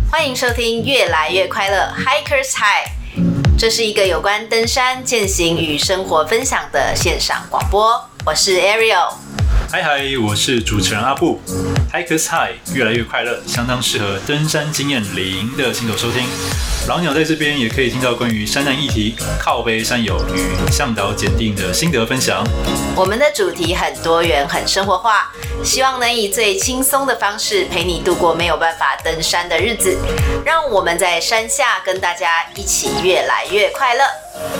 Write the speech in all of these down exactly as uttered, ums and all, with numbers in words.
欢迎收听越来越快乐 Hikers High， 这是一个有关登山、健行与生活分享的线上广播。我是 Ariel。 嗨嗨，我是主持人阿布。Hikers High 越来越快乐，相当适合登山经验零的新手收听。老鸟在这边也可以听到关于山难议题、靠背山友与向导检定的心得分享。 我们的主题很多元、很生活化，希望能以最轻松的方式陪你度过没有办法登山的日子。让我们在山下跟大家一起越来越快乐。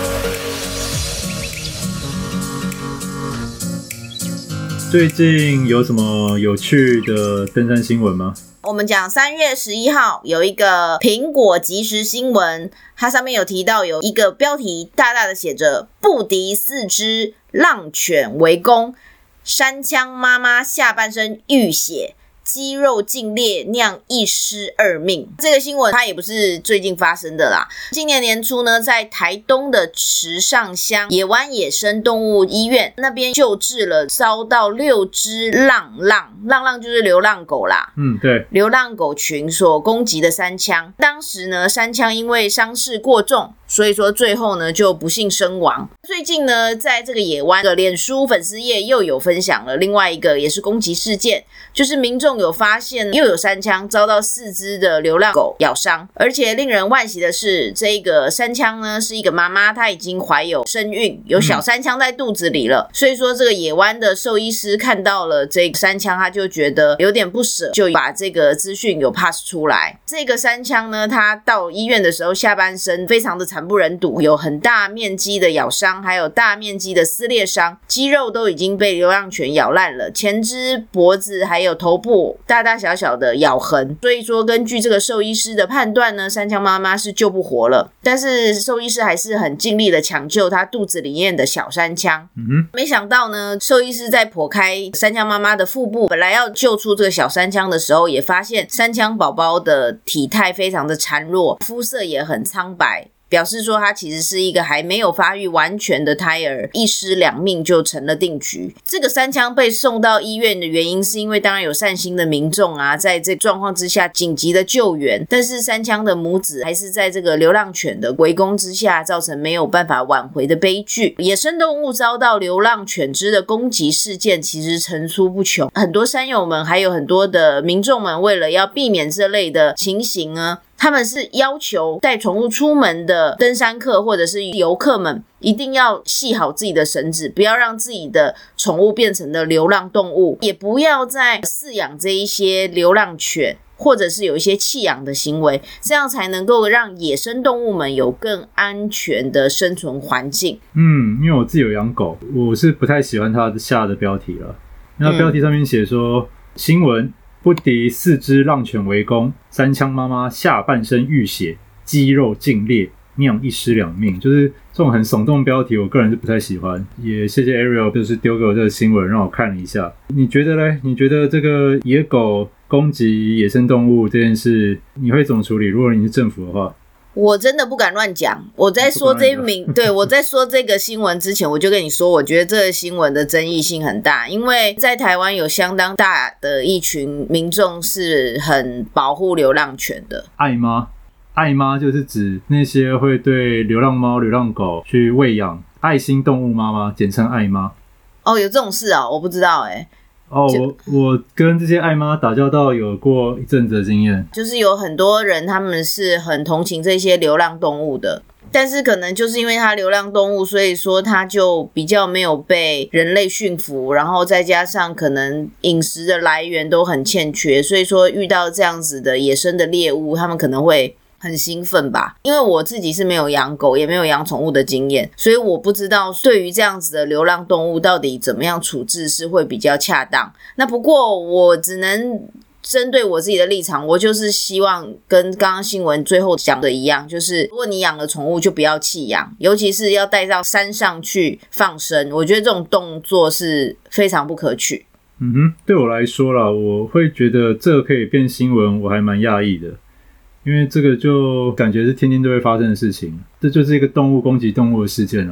最近有什么有趣的登山新闻吗？ 我们讲三月十一号有一个苹果即时新闻，它上面有提到有一个标题大大的写着不敌四只浪犬围攻，山羌妈妈下半身浴血，肌肉皲裂酿一尸二命。这个新闻它也不是最近发生的啦，今年年初呢，在台东的池上乡野湾野生动物医院那边救治了遭到六只浪浪浪浪就是流浪狗啦， 嗯，对， 流浪狗群所攻击的山羌。当时呢，山羌因为伤势过重，所以说最后呢就不幸身亡。最近呢，在这个野湾的脸书粉丝页又有分享了另外一个也是攻击事件，就是民众有发现又有山羌遭到四只的流浪狗咬伤，而且令人惋惜的是，这个山羌呢是一个妈妈，她已经怀有身孕，有小山羌在肚子里了。嗯、所以说这个野湾的兽医师看到了这个山羌，他就觉得有点不舍，就把这个资讯有 pass 出来。这个山羌呢，他到医院的时候下半身非常的惨不忍睹，有很大面积的咬伤，还有大面积的撕裂伤，肌肉都已经被流浪犬咬烂了，前肢、脖子还有头部大大小小的咬痕。所以说根据这个兽医师的判断呢，山羌妈妈是救不活了，但是兽医师还是很尽力的抢救她肚子里面的小山羌。嗯哼，没想到呢，兽医师在剖开山羌妈妈的腹部，本来要救出这个小山羌的时候，也发现山羌宝宝的体态非常的孱弱，肤色也很苍白，表示说它其实是一个还没有发育完全的胎儿，一尸两命就成了定局。这个山羌被送到医院的原因是因为当然有善心的民众啊，在这状况之下紧急的救援，但是山羌的母子还是在这个流浪犬的围攻之下造成没有办法挽回的悲剧。野生动物遭到流浪犬只的攻击事件其实层出不穷，很多山友们还有很多的民众们为了要避免这类的情形呢，他们是要求带宠物出门的登山客或者是游客们一定要系好自己的绳子，不要让自己的宠物变成了流浪动物，也不要再饲养这一些流浪犬，或者是有一些弃养的行为，这样才能够让野生动物们有更安全的生存环境。 嗯，因为我自己有养狗，我是不太喜欢它下的标题了。那标题上面写说、嗯、新闻不敌四只浪犬围攻，山羌妈妈下半身浴血，肌肉皲裂，酿一尸两命。就是这种很耸动标题，我个人是不太喜欢。也谢谢 Ariel 就是丢给我这个新闻，让我看了一下。你觉得呢？你觉得这个野狗攻击野生动物这件事，你会怎么处理？如果你是政府的话？ 我真的不敢乱讲。我在说这一名，对，我在说这个新闻之前，我就跟你说，我觉得这个新闻的争议性很大，因为在台湾有相当大的一群民众是很保护流浪犬的。 爱妈，爱妈就是指那些会对流浪猫、流浪狗去喂养爱心动物妈妈，简称爱妈。 哦，有这种事啊？我不知道哎、欸。 哦，我我跟这些爱妈打交道有过一阵子的经验， 就是有很多人他们是很同情这些流浪动物的，但是可能就是因为它流浪动物，所以说它就比较没有被人类驯服，然后再加上可能饮食的来源都很欠缺，所以说遇到这样子的野生的猎物，他们可能会很兴奋吧。因为我自己是没有养狗也没有养宠物的经验，所以我不知道对于这样子的流浪动物到底怎么样处置是会比较恰当。那不过我只能针对我自己的立场，我就是希望跟刚刚新闻最后讲的一样，就是如果你养了宠物就不要弃养，尤其是要带到山上去放生，我觉得这种动作是非常不可取。 嗯哼，对我来说啦，我会觉得这个可以变新闻，我还蛮讶异的。因为这个就感觉是天天都会发生的事情，这就是一个动物攻击动物的事件啊。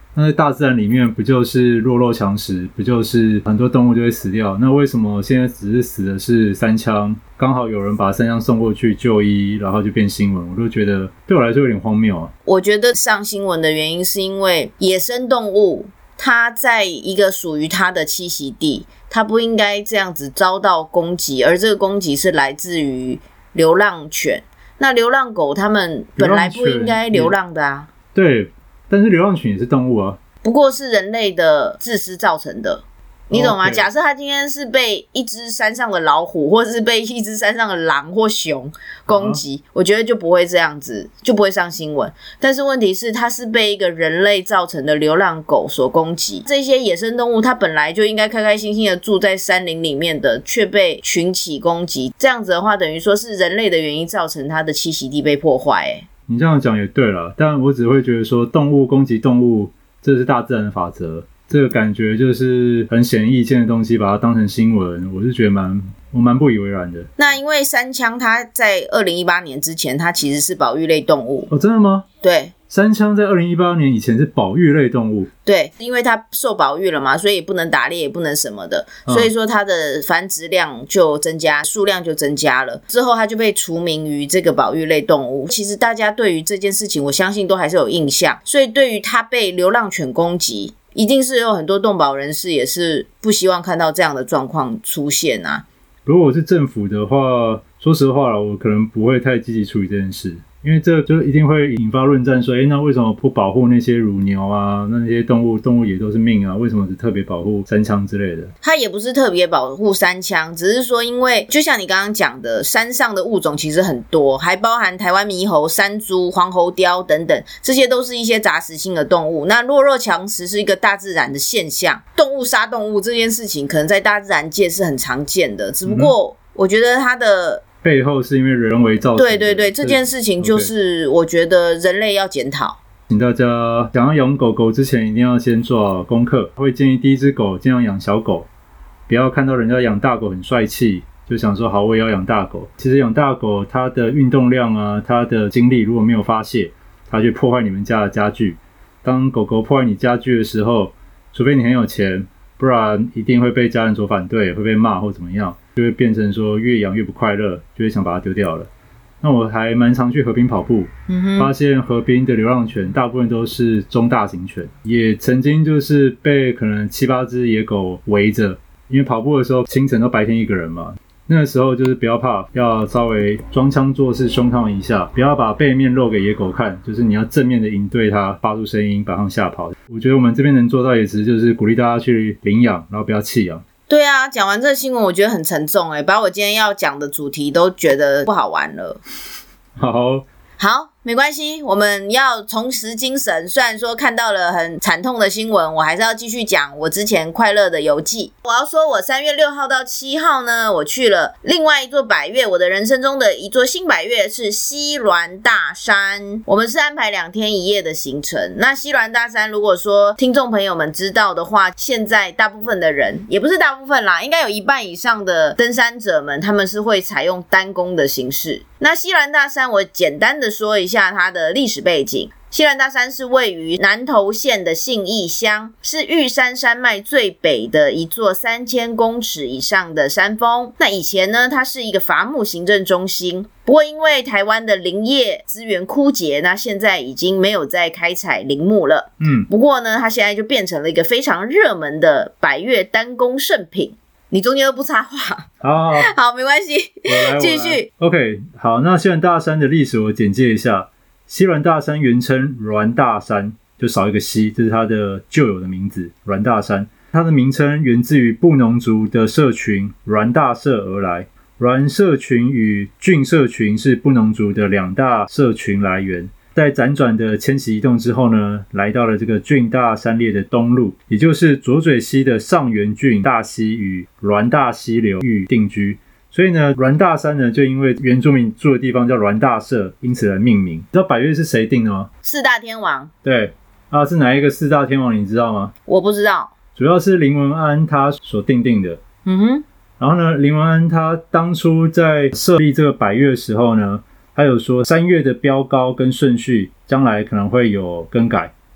那在大自然里面不就是弱肉强食，不就是很多动物就会死掉？那为什么现在只是死的是山羌？刚好有人把山羌送过去就医，然后就变新闻，我都觉得对我来说有点荒谬啊。 我觉得上新闻的原因是因为野生动物它在一个属于它的栖息地，它不应该这样子遭到攻击，而这个攻击是来自于流浪犬。那流浪狗它们本来不应该流浪的啊。 对，但是流浪犬也是动物啊， 不过是人类的自私造成的，你懂吗？ Okay. 假设它今天是被一只山上的老虎，或者是被一只山上的狼或熊攻击，uh-huh. 我觉得就不会这样子，就不会上新闻。但是问题是，它是被一个人类造成的流浪狗所攻击。这些野生动物，它本来就应该开开心心的住在山林里面的，却被群起攻击。这样子的话，等于说是人类的原因造成它的栖息地被破坏。欸， 你这样讲也对啦，但我只会觉得说，动物攻击动物，这是大自然的法则。这个感觉就是很显而易见的东西，把它当成新闻，我是觉得蛮我蛮不以为然的。 那因为山羌它在二零一八年之前，它其实是保育类动物。 哦，真的吗？ 对。 山羌在二零一八年以前是保育类动物， 对，因为它受保育了嘛，所以也不能打猎，也不能什么的，嗯、所以说它的繁殖量就增加，数量就增加了。之后它就被除名于这个保育类动物。其实大家对于这件事情，我相信都还是有印象，所以对于它被流浪犬攻击，一定是有很多动保人士也是不希望看到这样的状况出现啊。 如果我是政府的话，说实话啦，我可能不会太积极处理这件事。因为这就一定会引发论战，说，诶，那为什么不保护那些乳牛啊？那些动物，动物也都是命啊，为什么只特别保护山羌之类的？ 它也不是特别保护山羌，只是说，因为就像你刚刚讲的，山上的物种其实很多，还包含台湾猕猴、山猪、黄喉貂等等，这些都是一些杂食性的动物。那弱肉强食是一个大自然的现象，动物杀动物这件事情，可能在大自然界是很常见的，只不过我觉得它的背后是因为人为造成的。 对对对，这件事情就是我觉得人类要检讨。 请大家想要养狗狗之前一定要先做好功课，会建议第一只狗尽量养小狗，不要看到人家养大狗很帅气就想说好我也要养大狗。其实养大狗它的运动量啊，它的精力如果没有发泄，它就破坏你们家的家具。当狗狗破坏你家具的时候，除非你很有钱，不然一定会被家人所反对，会被骂或怎么样，就会变成说越养越不快乐，就会想把它丢掉了。那我还蛮常去河滨跑步，嗯、发现河滨的流浪犬大部分都是中大型犬，也曾经就是被可能七八只野狗围着，因为跑步的时候清晨都白天一个人嘛，那个时候就是不要怕，要稍微装腔作势凶它们一下，不要把背面露给野狗看，就是你要正面的迎对它，发出声音把它们吓跑。我觉得我们这边能做到也只是就是鼓励大家去领养，然后不要弃养。 对啊，讲完这个新闻我觉得很沉重耶，把我今天要讲的主题都觉得不好玩了。 好好，没关系，我们要重拾精神。虽然说看到了很惨痛的新闻，我还是要继续讲我之前快乐的游记。我要说我三月六号到七号呢，我去了另外一座百岳，我的人生中的一座新百岳是西峦大山。我们是安排两天一夜的行程。那西峦大山如果说听众朋友们知道的话，现在大部分的人，也不是大部分啦，应该有一半以上的登山者们，他们是会采用单攻的形式。那西峦大山我简单的说一下它的历史背景。西峦大山是位于南投县的信义乡，是玉山山脉最北的一座三千公尺以上的山峰。那以前呢，它是一个伐木行政中心，不过因为台湾的林业资源枯竭，那现在已经没有再开采林木了。嗯，不过呢，它现在就变成了一个非常热门的百岳单攻圣品。你中间都不插话， 好好 好, 好没关系，继续。 OK， 好，那西峦大山的历史我简介一下。西峦大山原称峦大山，就少一个西，这是它的旧有的名字，峦大山。它的名称源自于布农族的社群峦大社而来。峦社群与郡社群是布农族的两大社群来源。在辗转的迁徙移动之后呢，来到了这个郡大山列的东路，也就是浊水溪的上元郡大溪与峦大溪流域定居。所以呢，峦大山呢就因为原住民住的地方叫峦大社，因此而命名。知道百岳是谁定的吗？ 四大天王。 对啊，是哪一个四大天王你知道吗？ 我不知道， 主要是林文安他所定定的。嗯哼。然后呢，林文安他当初在设立这个百岳的时候呢，他有说山岳的标高跟顺序将来可能会有更改，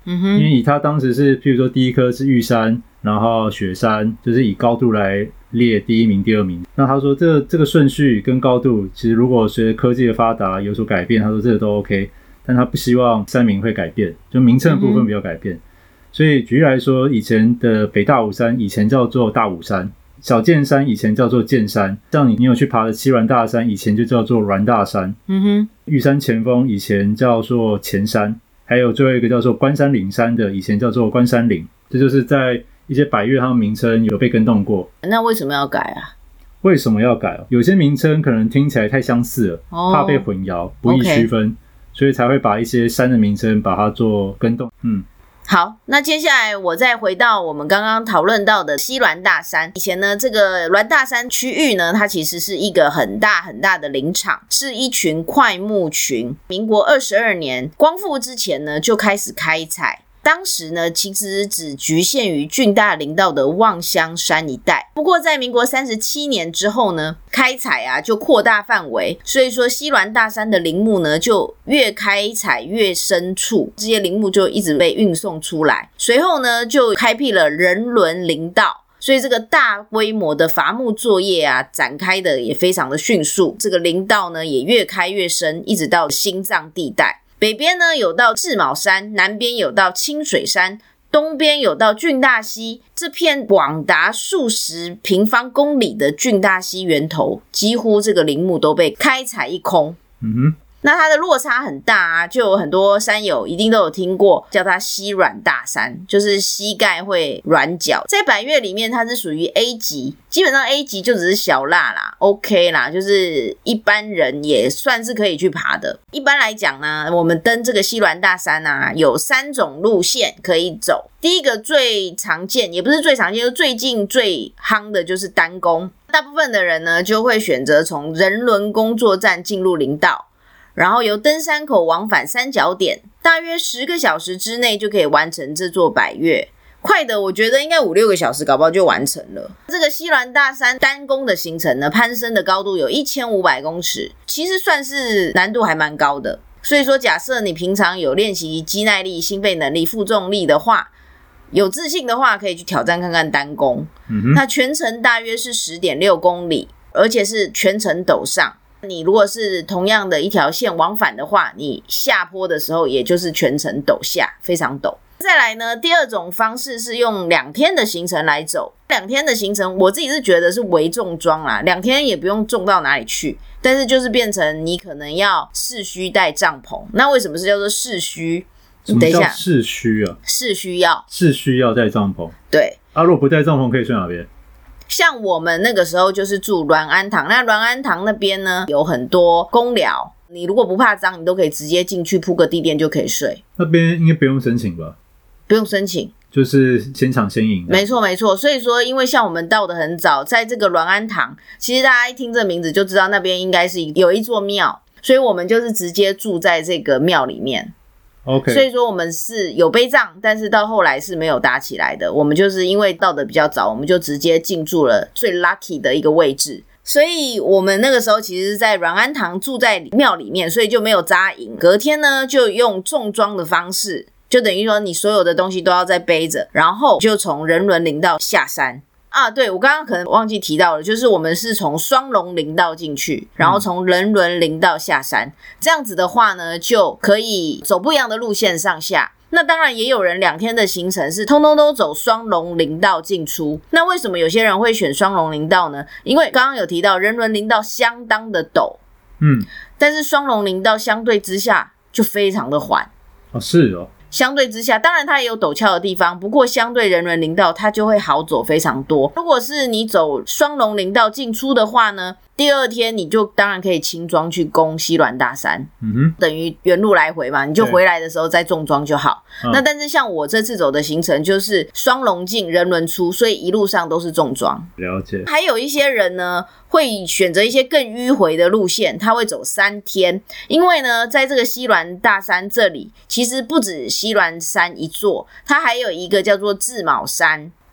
嗯哼， 因为以它当时是譬如说第一颗是玉山，然后雪山，就是以高度来列第一名第二名。那他说这个这个顺序跟高度其实如果随着科技的发达有所改变，他说这个都 OK， 但他不希望山名会改变，就名称的部分不要改变、嗯、所以举例来说，以前的北大武山以前叫做大武山，小剑山以前叫做剑山，像你你有去爬的七峦大山以前就叫做峦大山， 嗯哼， 玉山前锋以前叫做前山，还有最后一个叫做关山岭山的以前叫做关山岭，这就是在一些百岳它的名称有被更动过。 那为什么要改啊？ 为什么要改、哦、有些名称可能听起来太相似了、哦、怕被混淆不易区分、okay. 所以才会把一些山的名称把它做更动。嗯， 好，那接下来我再回到我们刚刚讨论到的西峦大山。以前呢，这个峦大山区域呢，它其实是一个很大很大的林场，是一群块木群。民国二十二年光复之前呢，就开始开采。当时呢，其实只局限于郡大林道的望乡山一带。不过在民国三十七年之后呢，开采啊就扩大范围，所以说西峦大山的林木呢就越开采越深处，这些林木就一直被运送出来。随后呢，就开辟了人伦林道。所以这个大规模的伐木作业啊，展开的也非常的迅速。这个林道呢也越开越深，一直到新藏地带。北边呢有到赤卯山，南边有到清水山，东边有到郡大溪。这片广达数十平方公里的郡大溪源头，几乎这个林木都被开采一空。 嗯哼， 那它的落差很大啊，就有很多山友一定都有听过，叫它膝软大山，就是膝盖会软脚。在百岳里面，它是属于 A 级，基本上 A 级就只是小辣啦 ，OK 啦，就是一般人也算是可以去爬的。一般来讲呢，我们登这个膝软大山啊，有三种路线可以走。第一个最常见，也不是最常见，就最近最夯的就是单攻。大部分的人呢，就会选择从人伦工作站进入林道。然后由登山口往返三角点，大约十个小时之内就可以完成这座百岳。快的我觉得应该五六个小时搞不好就完成了。这个西峦大山单攻的行程呢，攀升的高度有一千五百公尺，其实算是难度还蛮高的。所以说假设你平常有练习肌耐力、心肺能力、负重力的话，有自信的话可以去挑战看看单攻、嗯、那全程大约是 十点六公里，而且是全程陡上。你如果是同样的一条线往返的话，你下坡的时候也就是全程陡下，非常陡。再来呢，第二种方式是用两天的行程来走。两天的行程我自己是觉得是微重装啦，两天也不用重到哪里去，但是就是变成你可能要市区带帐篷。那为什么是叫做市区？ 什么叫市区啊？ 市区要市区要带帐篷。 对啊，如果不带帐篷可以睡哪边？ 像我们那个时候就是住栾安堂，那栾安堂那边呢有很多公寮，你如果不怕脏，你都可以直接进去铺个地垫就可以睡。 那边应该不用申请吧？ 不用申请， 就是先抢先赢。 没错没错，所以说因为像我们到的很早，在这个栾安堂，其实大家一听这名字就知道那边应该是有一座庙，所以我们就是直接住在这个庙里面。 Okay. 所以说我们是有背帐，但是到后来是没有搭起来的。我们就是因为到的比较早，我们就直接进驻了最 lucky 的一个位置。所以我们那个时候其实是在栾安堂住在庙里面，所以就没有扎营。隔天呢，就用重装的方式，就等于说你所有的东西都要再背着，然后就从人伦林道下山。啊，对，我刚刚可能忘记提到了，就是我们是从双龙林道进去，然后从人伦林道下山、嗯、这样子的话呢，就可以走不一样的路线上下。那当然也有人两天的行程是通通都走双龙林道进出。那为什么有些人会选双龙林道呢？因为刚刚有提到人伦林道相当的陡， 嗯， 但是双龙林道相对之下就非常的缓。 哦，是哦。 相对之下，当然它也有陡峭的地方，不过相对人伦林道它就会好走非常多。如果是你走双龙林道进出的话呢，第二天你就当然可以轻装去攻西峦大山， 嗯哼， 等于原路来回嘛，你就回来的时候再重装就好。那但是像我这次走的行程就是双龙进人伦出，所以一路上都是重装。 了解。 还有一些人呢会选择一些更迂回的路线，他会走三天，因为呢在这个西峦大山这里其实不止西峦山一座，它还有一个叫做自卯山。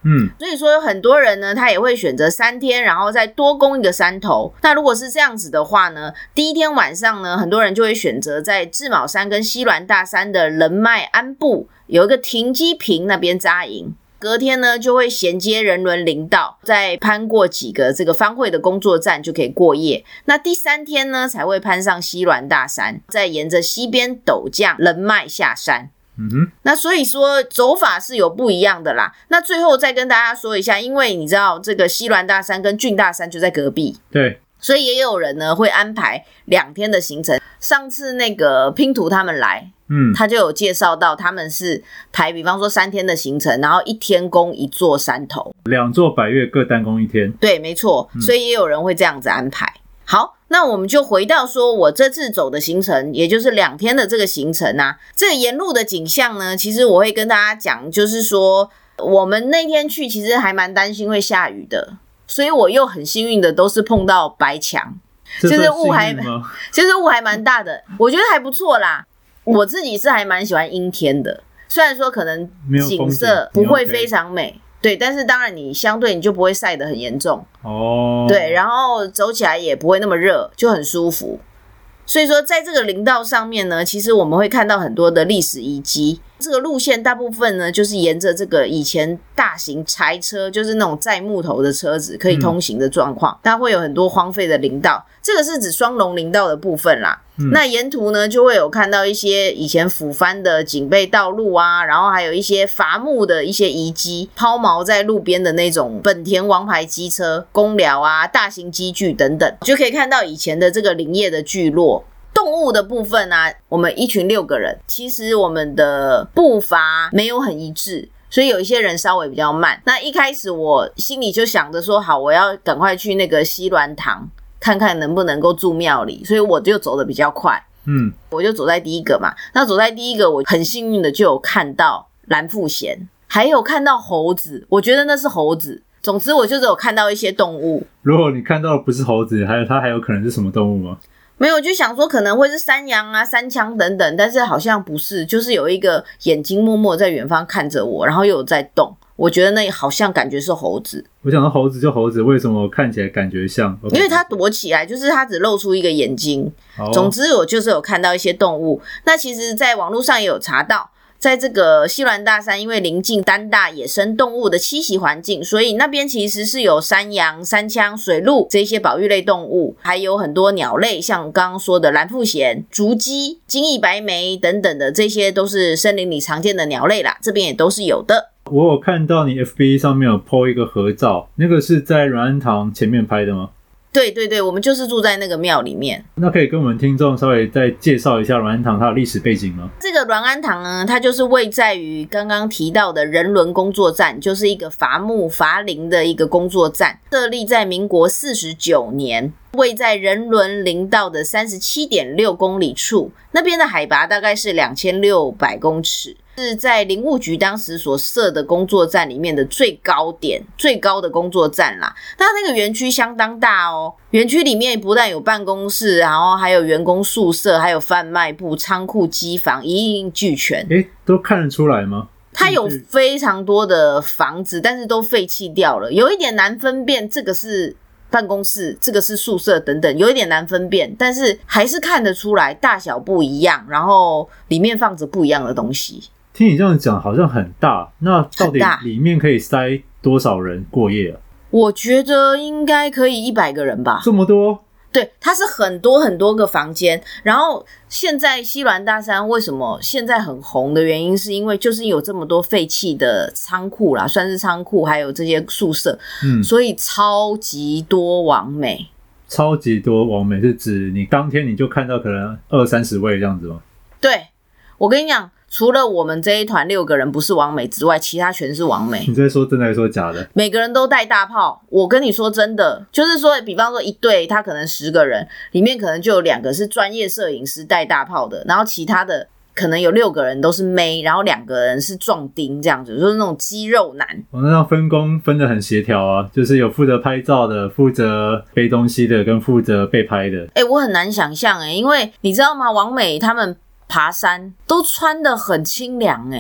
嗯， 所以说有很多人呢，他也会选择三天，然后再多攻一个山头。那如果是这样子的话呢，第一天晚上呢，很多人就会选择在智卯山跟西峦大山的人脉安部有一个停机坪那边扎营。隔天呢，就会衔接人伦林道，再攀过几个这个方会的工作站就可以过夜。那第三天呢，才会攀上西峦大山，再沿着西边陡降人脉下山。 嗯哼， 那所以说走法是有不一样的啦。那最后再跟大家说一下，因为你知道这个西峦大山跟郡大山就在隔壁， 对， 所以也有人呢会安排两天的行程。上次那个拼图他们来， 嗯， 他就有介绍到他们是排比方说三天的行程，然后一天攻一座山头， 两座百岳各单攻一天。 对，没错，所以也有人会这样子安排。好，那我们就回到说我这次走的行程，也就是两天的这个行程啊，这个沿路的景象呢，其实我会跟大家讲，就是说我们那天去其实还蛮担心会下雨的，所以我又很幸运的都是碰到白墙，就是雾还就是雾还蛮大的，我觉得还不错啦。我自己是还蛮喜欢阴天的，虽然说可能景色不会非常美，对，但是当然你相对你就不会晒得很严重哦， 对，然后走起来也不会那么热，就很舒服。所以说在这个林道上面呢，其实我们会看到很多的历史遗迹。这个路线大部分呢就是沿着这个以前大型柴车，就是那种载木头的车子可以通行的状况，它会有很多荒废的林道，这个是指双龙林道的部分啦。嗯、那沿途呢就会有看到一些以前腐翻的警备道路啊，然后还有一些伐木的一些遗迹，抛锚在路边的那种本田王牌机车、公寮啊、大型机具等等，就可以看到以前的这个林业的聚落。动物的部分啊，我们一群六个人，其实我们的步伐没有很一致，所以有一些人稍微比较慢。那一开始我心里就想着说，好，我要赶快去那个西峦堂看看能不能够住庙里，所以我就走得比较快。 嗯， 我就走在第一个嘛。那走在第一个，我很幸运的就有看到蓝腹鹇，还有看到猴子，我觉得那是猴子。总之，我就只有看到一些动物。 如果你看到的不是猴子，还有它还有可能是什么动物吗？ 没有，就想说可能会是山羊啊、山羌等等，但是好像不是，就是有一个眼睛默默在远方看着我，然后又有在动。我觉得那好像感觉是猴子。 我想到猴子就猴子，为什么看起来感觉像？ 因为它躲起来，就是它只露出一个眼睛。 哦、 总之，我就是有看到一些动物。那其实在网络上也有查到。在这个西峦大山，因为临近丹大野生动物的栖息环境，所以那边其实是有山羊、山羌、水鹿这些保育类动物，还有很多鸟类，像刚刚说的蓝腹鹇、竹鸡、金翼白眉等等的，这些都是森林里常见的鸟类啦，这边也都是有的。 我有看到你 F B 上面有 po 一个合照，那个是在软安堂前面拍的吗？ 对对对，我们就是住在那个庙里面。 那可以跟我们听众稍微再介绍一下软安堂它的历史背景吗？ 这个软安堂呢，它就是位在于刚刚提到的人伦工作站，就是一个伐木伐林的一个工作站，设立在民国四十九年，位在人伦林道的 三十七点六公里处，那边的海拔大概是两千六百公尺，是在林务局当时所设的工作站里面的最高点，最高的工作站啦。那那个园区相当大哦，园区里面不但有办公室，然后还有员工宿舍，还有贩卖部、仓库、机房，一应俱全。 诶，都看得出来吗？ 它有非常多的房子，但是都废弃掉了，有一点难分辨这个是办公室，这个是宿舍等等，有一点难分辨，但是还是看得出来大小不一样，然后里面放着不一样的东西。 听你这样讲好像很大，那到底里面可以塞多少人过夜啊？ 我觉得应该可以一百个人吧。 这么多？ 对，它是很多很多个房间。然后现在西峦大山为什么现在很红的原因，是因为就是有这么多废弃的仓库啦，算是仓库，还有这些宿舍，嗯，所以超级多网美。 超级多网美是指你当天你就看到可能二三十位这样子吗？ 对，我跟你讲。除了我们这一团六个人不是网美之外，其他全是网美。 你在说真的还是说假的？ 每个人都带大炮。我跟你说真的，就是说，比方说一队，他可能十个人，里面可能就有两个是专业摄影师带大炮的，然后其他的可能有六个人都是妹，然后两个人是壮丁这样子，就是那种肌肉男。 我、哦、那样分工分得很协调啊，就是有负责拍照的、负责背东西的跟负责被拍的。 哎、欸，我很难想象哎、欸，因为你知道吗？网美他们爬山都穿得很清凉欸，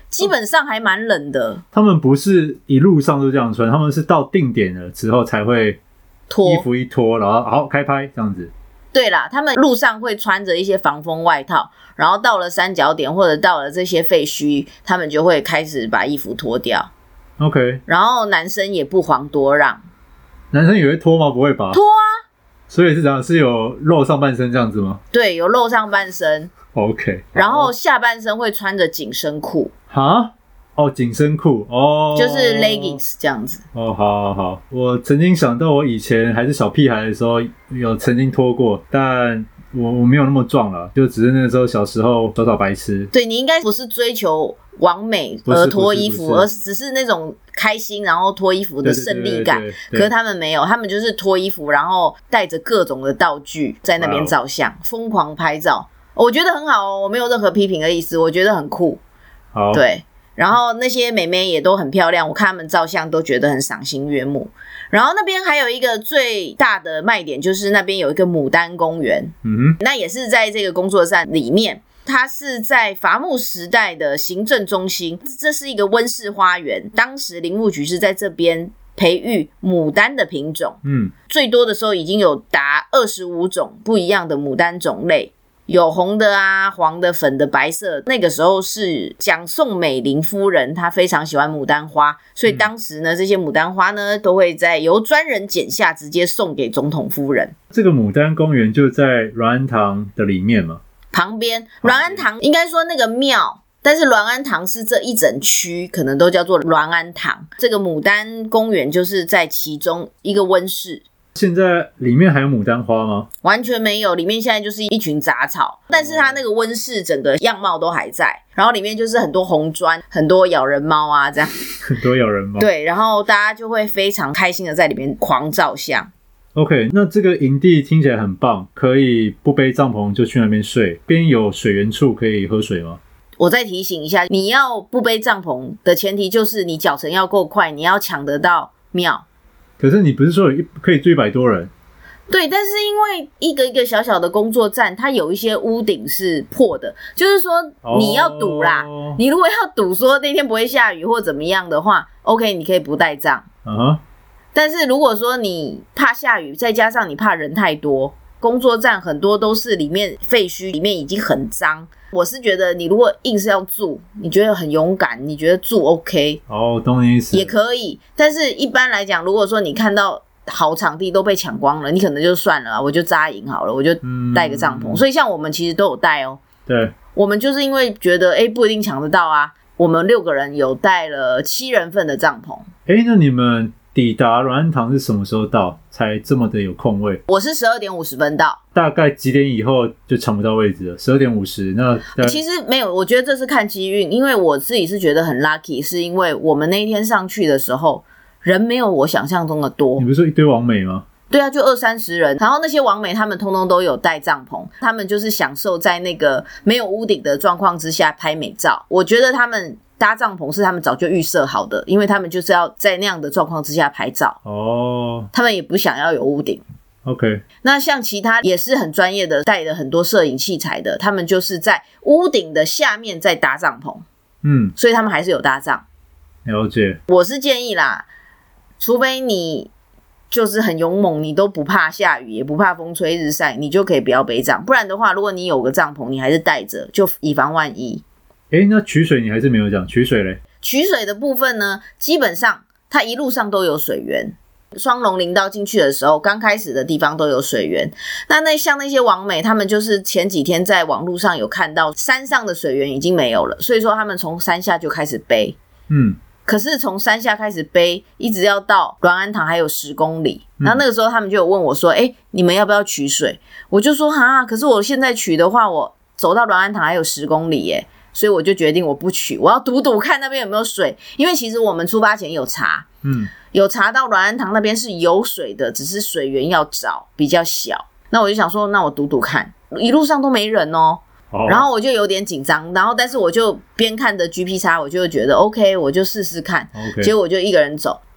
基本上还蛮冷的。 他们不是一路上都这样穿，他们是到定点了之后才会脱衣服一脱，然后好开拍这样子。 对啦，他们路上会穿着一些防风外套，然后到了三角点或者到了这些废墟，他们就会开始把衣服脱掉。 OK， 然后男生也不遑多让。 男生也会脱吗？不会吧？ 脱啊！ 所以是这样，是有露上半身这样子吗？ 对，有露上半身。 OK， 然后下半身会穿着紧身裤。 哈？哦，紧身裤哦， 就是 leggings 这样子。 哦，好好好，我曾经想到我以前还是小屁孩的时候，有曾经脱过，但我我没有那么壮了，就只是那时候小时候耍耍白痴。 对，你应该不是追求完美而脱衣服，而只是那种开心然后脱衣服的胜利感。 对对对对对， 可是他们没有，他们就是脱衣服，然后带着各种的道具在那边照相，疯狂拍照。我觉得很好哦，我没有任何批评的意思，我觉得很酷。 好， 对。然后那些美眉也都很漂亮，我看他们照相都觉得很赏心悦目。然后那边还有一个最大的卖点，就是那边有一个牡丹公园， 嗯哼， 那也是在这个工作站里面。它是在伐木时代的行政中心，这是一个温室花园。当时林务局是在这边培育牡丹的品种， 嗯， 最多的时候已经有达二十五种不一样的牡丹种类。有红的啊，黄的、粉的、白色。那个时候是蒋宋美龄夫人，她非常喜欢牡丹花，所以当时呢，这些牡丹花呢都会在由专人剪下，直接送给总统夫人。 这个牡丹公园就在阮安堂的里面嘛， 旁边。阮安堂应该说那个庙，但是阮安堂是这一整区可能都叫做阮安堂。这个牡丹公园就是在其中一个温室。 现在里面还有牡丹花吗？ 完全没有，里面现在就是一群杂草，但是它那个温室整个样貌都还在，然后里面就是很多红砖，很多咬人猫啊这样， 很多咬人猫。 对，然后大家就会非常开心的在里面狂照相。 OK， 那这个营地听起来很棒，可以不背帐篷就去那边睡，边有水源处可以喝水吗？ 我再提醒一下，你要不背帐篷的前提就是你脚程要够快，你要抢得到庙。 可是你不是说有一可以住一百多人？ 对，但是因为一个一个小小的工作站，它有一些屋顶是破的，就是说你要赌啦。Oh. 你如果要赌说那天不会下雨或怎么样的话 ，OK， 你可以不带帐。 Uh-huh. 但是如果说你怕下雨，再加上你怕人太多，工作站很多都是里面废墟，里面已经很脏。我是觉得你如果硬是要住，你觉得很勇敢，你觉得住 OK， 哦，懂你意思， 也可以。但是一般来讲，如果说你看到好场地都被抢光了，你可能就算了，我就扎营好了，我就带个帐篷。嗯、所以像我们其实都有带哦。 对， 我们就是因为觉得哎不一定抢得到啊，我们六个人有带了七人份的帐篷。 哎，那你们抵达阮安堂是什么时候到？才这么的有空位？ 我是十二点五十分到。 大概几点以后就抢不到位置了？十二点五十，那其实没有，我觉得这是看机运，因为我自己是觉得很 lucky， 是因为我们那一天上去的时候人没有我想象中的多。 你不是说一堆网美吗？ 对啊，就二三十人，然后那些网美他们通通都有带帐篷，他们就是享受在那个没有屋顶的状况之下拍美照。我觉得他们搭帐篷是他们早就预设好的，因为他们就是要在那样的状况之下拍照。 哦， 他们也不想要有屋顶。 OK， 那像其他也是很专业的，带了很多摄影器材的，他们就是在屋顶的下面再搭帐篷。 嗯， 所以他们还是有搭帐。 了解。 我是建议啦，除非你就是很勇猛，你都不怕下雨，也不怕风吹日晒，你就可以不要背帐。不然的话，如果你有个帐篷，你还是带着，就以防万一。 诶，那取水你还是没有讲，取水嘞？ 取水的部分呢，基本上它一路上都有水源。双龙林道进去的时候，刚开始的地方都有水源。那那像那些网美，他们就是前几天在网络上有看到山上的水源已经没有了，所以说他们从山下就开始背。 嗯， 可是从山下开始背，一直要到阮安堂还有十公里。然后那个时候他们就有问我说：“哎、欸，你们要不要取水？”我就说：“哈，可是我现在取的话，我走到阮安堂还有十公里耶。”所以我就决定我不取，我要赌赌看那边有没有水。因为其实我们出发前有查， 嗯， 有查到阮安堂那边是有水的，只是水源要找比较小。那我就想说，那我赌赌看，一路上都没人哦。哦，然后我就有点紧张，然后但是我就边看着 G P X， 我就觉得 OK， 我就试试看。 Okay. 结果我就一个人走，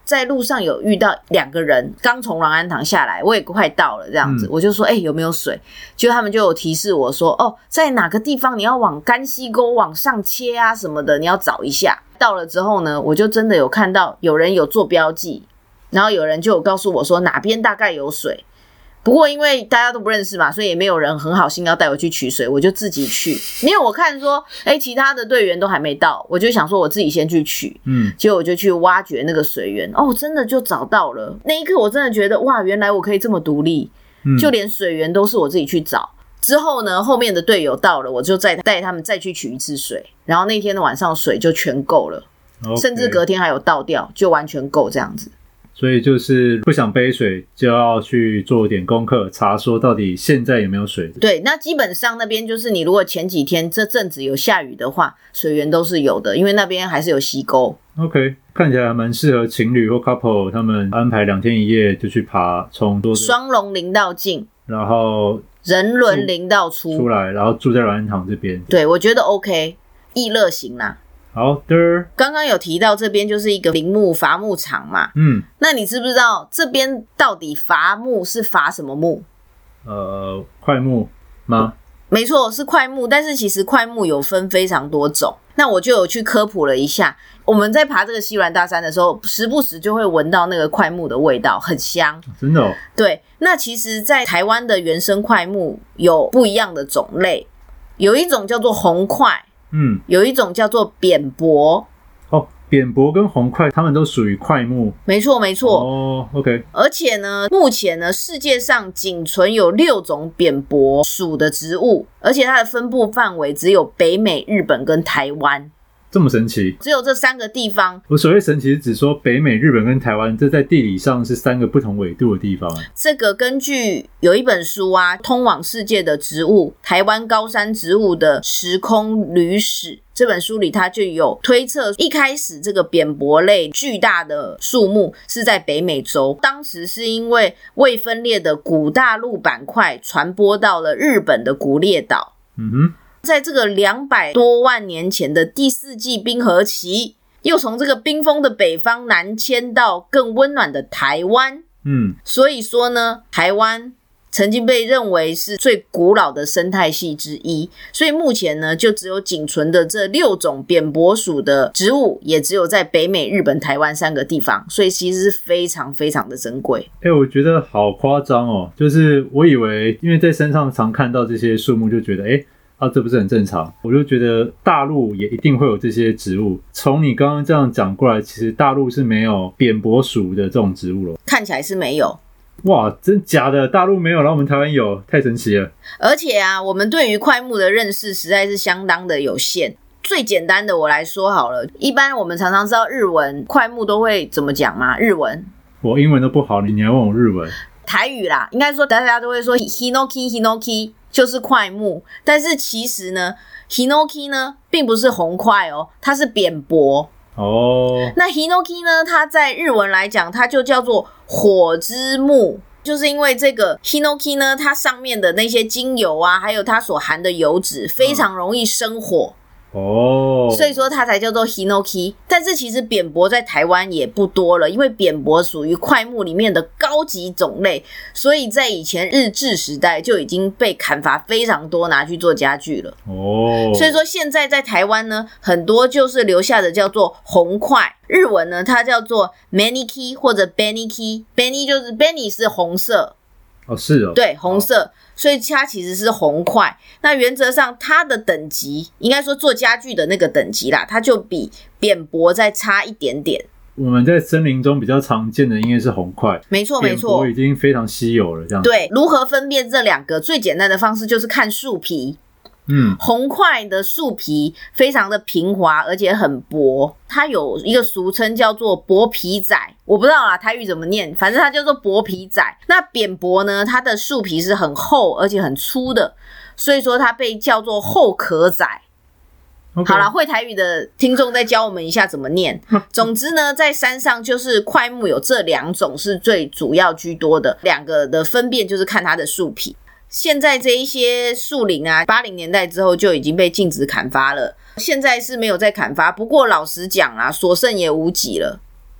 在路上有遇到两个人刚从狼安堂下来，我也快到了这样子，嗯、我就说哎、欸、有没有水，结果他们就有提示我说哦在哪个地方你要往干溪沟往上切啊什么的，你要找一下。到了之后呢，我就真的有看到有人有做标记，然后有人就有告诉我说哪边大概有水。不过因为大家都不认识嘛，所以也没有人很好心要带我去取水，我就自己去。因为我看说诶其他的队员都还没到，我就想说我自己先去取，嗯，结果我就去挖掘那个水源，哦真的就找到了。那一刻我真的觉得哇原来我可以这么独立，嗯，就连水源都是我自己去找。之后呢后面的队友到了，我就再带他们再去取一次水，然后那天的晚上水就全够了， okay. 甚至隔天还有倒掉，就完全够这样子。 所以就是不想背水就要去做点功课，查说到底现在有没有水。 对，那基本上那边就是你如果前几天这阵子有下雨的话，水源都是有的，因为那边还是有溪沟。 OK， 看起来还蛮适合情侣或 couple 他们安排两天一夜就去爬，从多双龙林道进， 然后人伦林道出出来，然后住在软安堂这边。 对，我觉得 OK， 易乐型啦。 好的， 刚刚有提到这边就是一个林木伐木场嘛，嗯，那你知不知道这边到底伐木是伐什么木？ 呃，块木吗？ 没错，是块木，但是其实块木有分非常多种。那我就有去科普了一下，我们在爬这个西峦大山的时候，时不时就会闻到那个块木的味道，很香。 真的哦？ 对，那其实在台湾的原生块木有不一样的种类，有一种叫做红块，嗯，有一种叫做扁柏。 哦，扁柏跟红块它们都属于块木。 没错没错。 哦 OK。 而且呢目前呢世界上仅存有六种扁柏属的植物，而且它的分布范围只有北美、日本跟台湾。 这么神奇？ 只有这三个地方。 我所谓神奇是指说北美、日本跟台湾，这在地理上是三个不同纬度的地方。 这个根据有一本书啊，通往世界的植物，台湾高山植物的时空旅史，这本书里它就有推测，一开始这个扁柏类巨大的树木是在北美洲，当时是因为未分裂的古大陆板块传播到了日本的古列岛。嗯哼。在这个两百多万年前的第四纪冰河期，又从这个冰封的北方南迁到更温暖的台湾。嗯，所以说呢，台湾曾经被认为是最古老的生态系之一，所以目前呢，就只有仅存的这六种扁柏属的植物，也只有在北美、日本、台湾三个地方，所以其实是非常非常的珍贵。 欸，我觉得好夸张哦，就是我以为因为在山上常看到这些树木，就觉得欸啊，这不是很正常？我就觉得大陆也一定会有这些植物。从你刚刚这样讲过来，其实大陆是没有扁柏属的这种植物了。 看起来是没有。 哇，真假的？大陆没有，然后我们台湾有，太神奇了。 而且啊，我们对于块木的认识实在是相当的有限。最简单的我来说好了，一般我们常常知道日文块木都会怎么讲吗？日文我英文都不好，你还问我日文？ 台语啦，应该说大家都会说 hinoki hinoki 就是块木，但是其实呢 hinoki 呢并不是红块哦，它是扁柏哦。那 hinoki 呢，它在日文来讲它就叫做火之木，就是因为这个 hinoki 呢，它上面的那些精油啊，还有它所含的油脂非常容易生火哦，所以说它才叫做 hinoki。 但是其实扁柏在台湾也不多了，因为扁柏属于块木里面的高级种类，所以在以前日治时代就已经被砍伐非常多，拿去做家具了哦。所以说现在在台湾呢，很多就是留下的叫做红块，日文呢它叫做 maniki 或者 beniki， beni 就是 beni 是红色哦，是哦， 对，红色，所以它其实是红块。那原则上它的等级，应该说做家具的那个等级啦，它就比扁柏再差一点点。 我们在森林中比较常见的应该是红块， 没错没错， 扁柏已经非常稀有了这样。 对，如何分辨这两个？最简单的方式就是看树皮。嗯，红块的树皮非常的平滑，而且很薄，它有一个俗称叫做薄皮仔，我不知道啦，台语怎么念，反正它叫做薄皮仔。那扁柏呢，它的树皮是很厚而且很粗的，所以说它被叫做厚壳仔。Okay. 好啦，会台语的听众再教我们一下怎么念。总之呢，在山上就是块木有这两种是最主要居多的，两个的分辨就是看它的树皮。现在这一些树林啊，八零年代之后就已经被禁止砍伐了，现在是没有在砍伐，不过老实讲啦，所剩也无几了。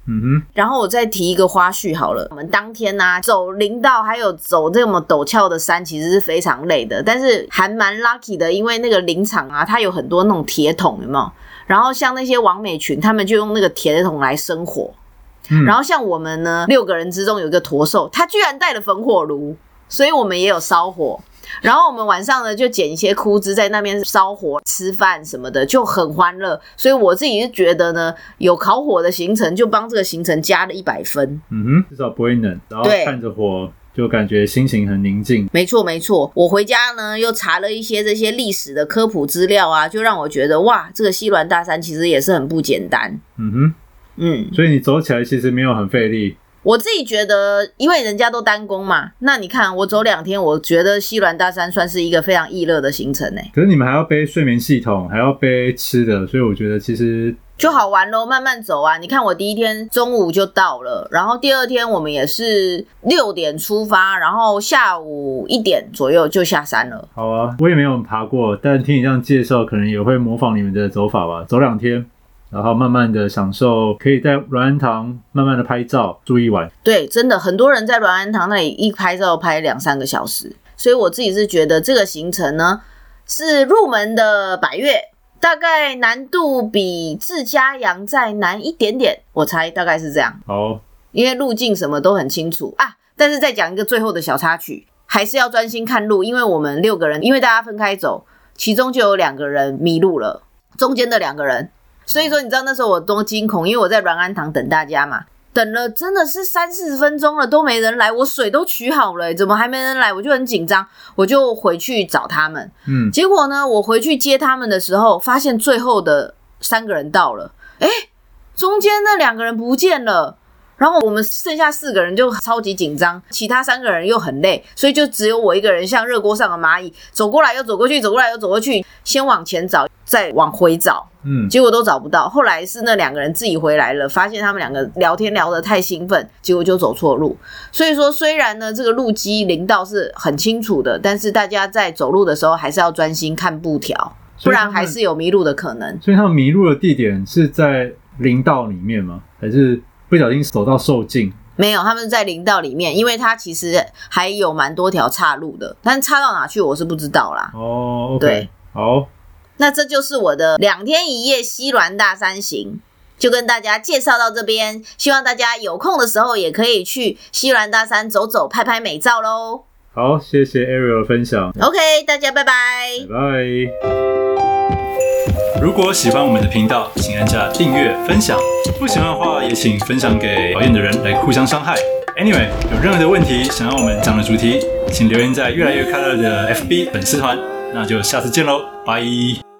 嗯哼， 然后我再提一个花絮好了，我们当天啊走林道还有走这么陡峭的山，其实是非常累的，但是还蛮 lucky 的，因为那个林场啊，它有很多那种铁桶，有没有？然后像那些网美群，他们就用那个铁桶来生火。嗯、然后像我们呢，六个人之中有一个驼兽，他居然带了焚火炉，所以我们也有烧火。然后我们晚上呢就捡一些枯枝在那边烧火吃饭什么的，就很欢乐。所以我自己是觉得呢，有烤火的行程就帮这个行程加了一百分。 嗯哼，至少不会冷，然后看着火就感觉心情很宁静。 没错没错，我回家呢又查了一些这些历史的科普资料啊，就让我觉得哇，这个西峦大山其实也是很不简单。 嗯哼，嗯，所以你走起来其实没有很费力。 我自己觉得，因为人家都单攻嘛，那你看我走两天，我觉得西峦大山算是一个非常易乐的行程欸。 可是你们还要背睡眠系统，还要背吃的，所以我觉得其实就好玩咯，慢慢走啊。你看我第一天中午就到了，然后第二天我们也是六点出发，然后下午一点左右就下山了。 好啊，我也没有爬过，但听你这样介绍，可能也会模仿你们的走法吧，走两天。然后慢慢的享受，可以在鸾安堂慢慢的拍照，住一晚。 对，真的很多人在鸾安堂那里一拍照拍两三个小时，所以我自己是觉得这个行程呢是入门的百岳，大概难度比自家阳再难一点点，我猜大概是这样。 好， 因为路径什么都很清楚啊。但是再讲一个最后的小插曲，还是要专心看路，因为我们六个人，因为大家分开走，其中就有两个人迷路了，中间的两个人。所以说你知道那时候我多惊恐，因为我在鸾安堂等大家嘛，等了真的是三四十分钟了都没人来，我水都取好了、欸、怎么还没人来，我就很紧张，我就回去找他们。嗯，结果呢我回去接他们的时候发现最后的三个人到了，诶中间那两个人不见了，然后我们剩下四个人就超级紧张，其他三个人又很累，所以就只有我一个人像热锅上的蚂蚁，走过来又走过去，走过来又走过去，先往前找再往回找，嗯，结果都找不到。后来是那两个人自己回来了，发现他们两个聊天聊得太兴奋，结果就走错路。所以说虽然呢这个路基林道是很清楚的，但是大家在走路的时候还是要专心看布条，不然还是有迷路的可能。 所以他们迷路的地点是在林道里面吗？还是不小心走到受尽？ 没有，他们在林道里面，因为它其实还有蛮多条岔路的，但岔到哪去我是不知道啦。 哦 ，OK， 对， 好， 那这就是我的两天一夜西峦大山行，就跟大家介绍到这边，希望大家有空的时候也可以去西峦大山走走，拍拍美照咯。 好，谢谢 Ariel 的分享。 OK， 大家拜拜。 拜拜。如果喜欢我们的频道，请按下订阅、分享。不喜欢的话，也请分享给讨厌的人来互相伤害。Anyway， 有任何的问题想要我们讲的主题，请留言在越来越快乐的 F B 粉丝团。那就下次见喽，拜。